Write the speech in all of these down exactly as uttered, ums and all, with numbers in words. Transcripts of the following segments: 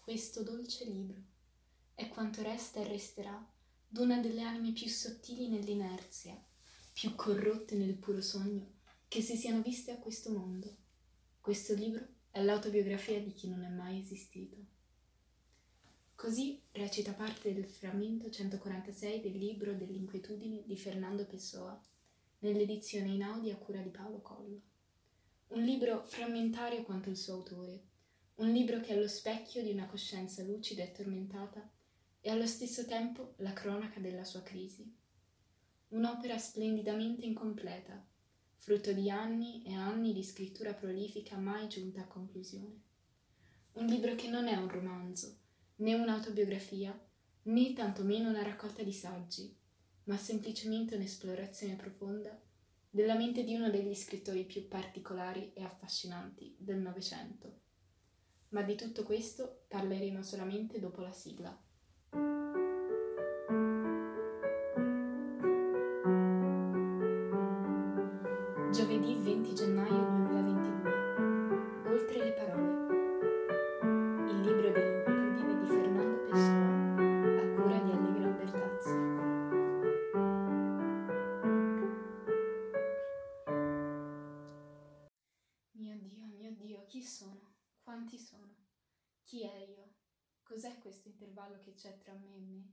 Questo dolce libro è quanto resta e resterà d'una delle anime più sottili nell'inerzia, più corrotte nel puro sogno che si siano viste a questo mondo. Questo libro è l'autobiografia di chi non è mai esistito. Così recita parte del frammento centoquarantasei del libro dell'inquietudine di Fernando Pessoa, nell'edizione in audio a cura di Paolo Collo. Un libro frammentario quanto il suo autore, un libro che è lo specchio di una coscienza lucida e tormentata e allo stesso tempo la cronaca della sua crisi. Un'opera splendidamente incompleta, frutto di anni e anni di scrittura prolifica mai giunta a conclusione. Un libro che non è un romanzo, né un'autobiografia, né tantomeno una raccolta di saggi, ma semplicemente un'esplorazione profonda della mente di uno degli scrittori più particolari e affascinanti del Novecento. Ma di tutto questo parleremo solamente dopo la sigla. Giovedì venti gennaio duemilaventidue. Oltre le parole. Il libro dell'inquietudine di Fernando Pessoa, a cura di Allegra Albertazzi. Mio Dio, mio Dio, chi sono? Quanti sono? Chi è io? Cos'è questo intervallo che c'è tra me e me?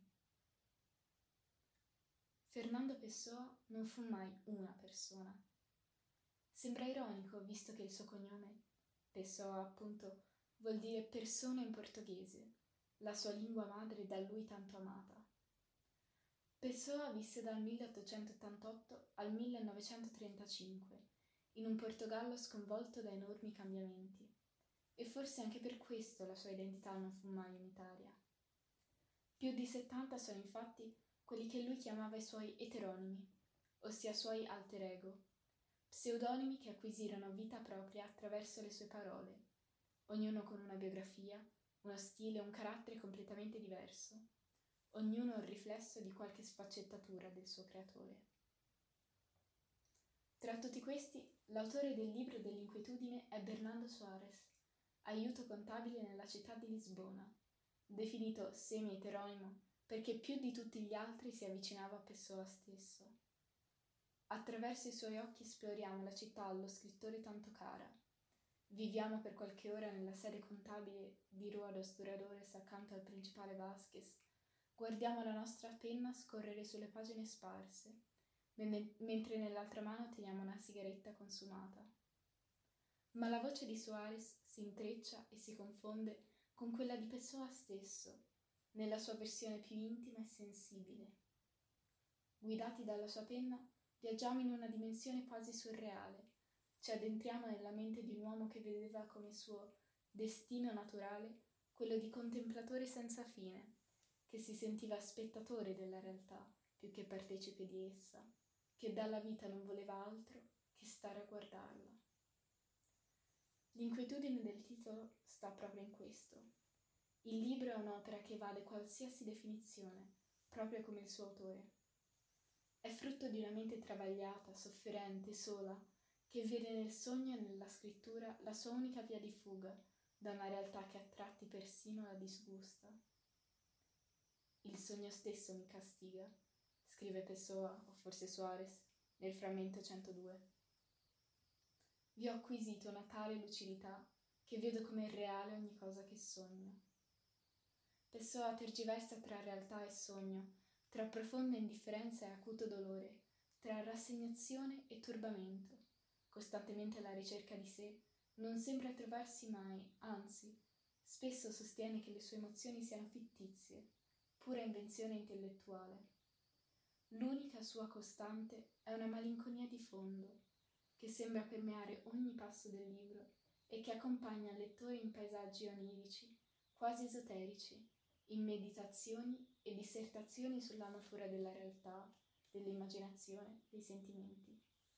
Fernando Pessoa non fu mai una persona. Sembra ironico, visto che il suo cognome, Pessoa appunto, vuol dire persona in portoghese, la sua lingua madre da lui tanto amata. Pessoa visse dal milleottocentottantotto al millenovecentotrentacinque, in un Portogallo sconvolto da enormi cambiamenti, e forse anche per questo la sua identità non fu mai unitaria. Più di settanta sono infatti quelli che lui chiamava i suoi eteronimi, ossia suoi alter ego, pseudonimi che acquisirono vita propria attraverso le sue parole, ognuno con una biografia, uno stile, un carattere completamente diverso, ognuno il riflesso di qualche sfaccettatura del suo creatore. Tra tutti questi, l'autore del libro dell'inquietudine è Bernardo Soares, aiuto contabile nella città di Lisbona, definito semi-eteronimo perché più di tutti gli altri si avvicinava a Pessoa stesso. Attraverso i suoi occhi esploriamo la città allo scrittore tanto cara. Viviamo per qualche ora nella sede contabile di Rua dos Douradores accanto al principale Vasquez. Guardiamo la nostra penna scorrere sulle pagine sparse, mentre nell'altra mano teniamo una sigaretta consumata. Ma la voce di Soares si intreccia e si confonde con quella di Pessoa stesso, nella sua versione più intima e sensibile. Guidati dalla sua penna, viaggiamo in una dimensione quasi surreale, ci addentriamo nella mente di un uomo che vedeva come suo destino naturale quello di contemplatore senza fine, che si sentiva spettatore della realtà più che partecipe di essa, che dalla vita non voleva altro che stare a guardarla. L'inquietudine del titolo sta proprio in questo. Il libro è un'opera che vale qualsiasi definizione, proprio come il suo autore. È frutto di una mente travagliata, sofferente, sola, che vede nel sogno e nella scrittura la sua unica via di fuga da una realtà che a tratti persino la disgusta. Il sogno stesso mi castiga, scrive Pessoa, o forse Soares, nel frammento centodue. Vi ho acquisito una tale lucidità che vedo come reale ogni cosa che sogno. Pessoa tergiversa tra realtà e sogno, tra profonda indifferenza e acuto dolore, tra rassegnazione e turbamento, costantemente alla ricerca di sé, non sembra trovarsi mai, anzi, spesso sostiene che le sue emozioni siano fittizie, pura invenzione intellettuale. L'unica sua costante è una malinconia di fondo, che sembra permeare ogni passo del libro e che accompagna il lettore in paesaggi onirici, quasi esoterici, in meditazioni e dissertazioni sulla natura della realtà, dell'immaginazione, dei sentimenti.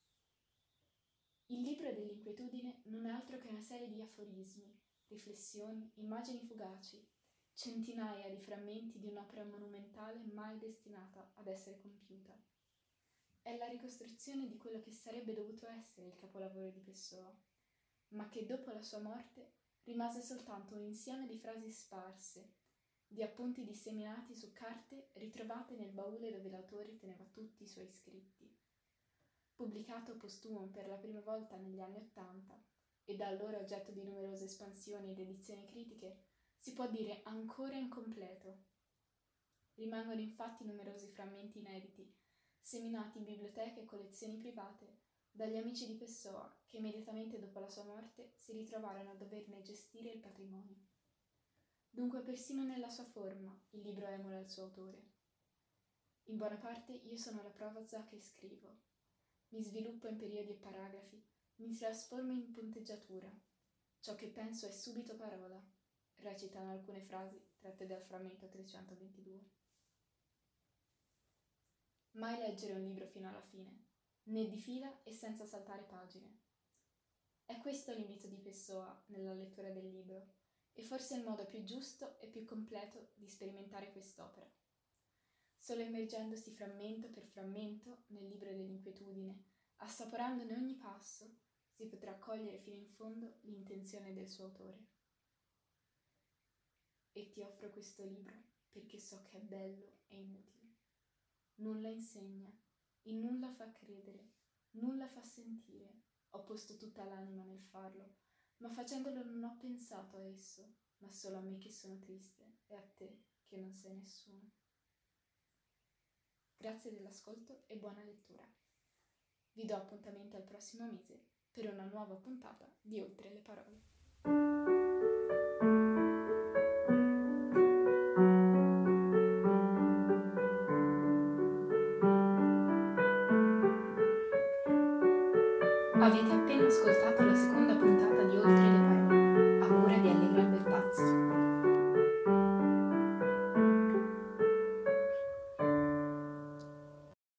Il libro dell'inquietudine non è altro che una serie di aforismi, riflessioni, immagini fugaci, centinaia di frammenti di un'opera monumentale mai destinata ad essere compiuta. È la ricostruzione di quello che sarebbe dovuto essere il capolavoro di Pessoa, ma che dopo la sua morte rimase soltanto un insieme di frasi sparse, di appunti disseminati su carte ritrovate nel baule dove l'autore teneva tutti i suoi scritti. Pubblicato postumo per la prima volta negli anni Ottanta e da allora oggetto di numerose espansioni ed edizioni critiche, si può dire ancora incompleto. Rimangono infatti numerosi frammenti inediti, seminati in biblioteche e collezioni private, dagli amici di Pessoa che immediatamente dopo la sua morte si ritrovarono a doverne gestire il patrimonio. Dunque persino nella sua forma il libro emula il suo autore. In buona parte io sono la prosa che scrivo. Mi sviluppo in periodi e paragrafi, mi trasformo in punteggiatura. Ciò che penso è subito parola, recitano alcune frasi tratte dal frammento trecentoventidue. Mai leggere un libro fino alla fine, né di fila e senza saltare pagine. È questo l'invito di Pessoa nella lettura del libro, e forse il modo più giusto e più completo di sperimentare quest'opera. Solo immergendosi frammento per frammento nel libro dell'inquietudine, assaporandone ogni passo, si potrà cogliere fino in fondo l'intenzione del suo autore. E ti offro questo libro perché so che è bello e inutile. Nulla insegna, in nulla fa credere, nulla fa sentire. Ho posto tutta l'anima nel farlo, ma facendolo non ho pensato a esso, ma solo a me che sono triste e a te che non sei nessuno. Grazie dell'ascolto e buona lettura. Vi do appuntamento al prossimo mese per una nuova puntata di Oltre le parole. Avete appena ascoltato la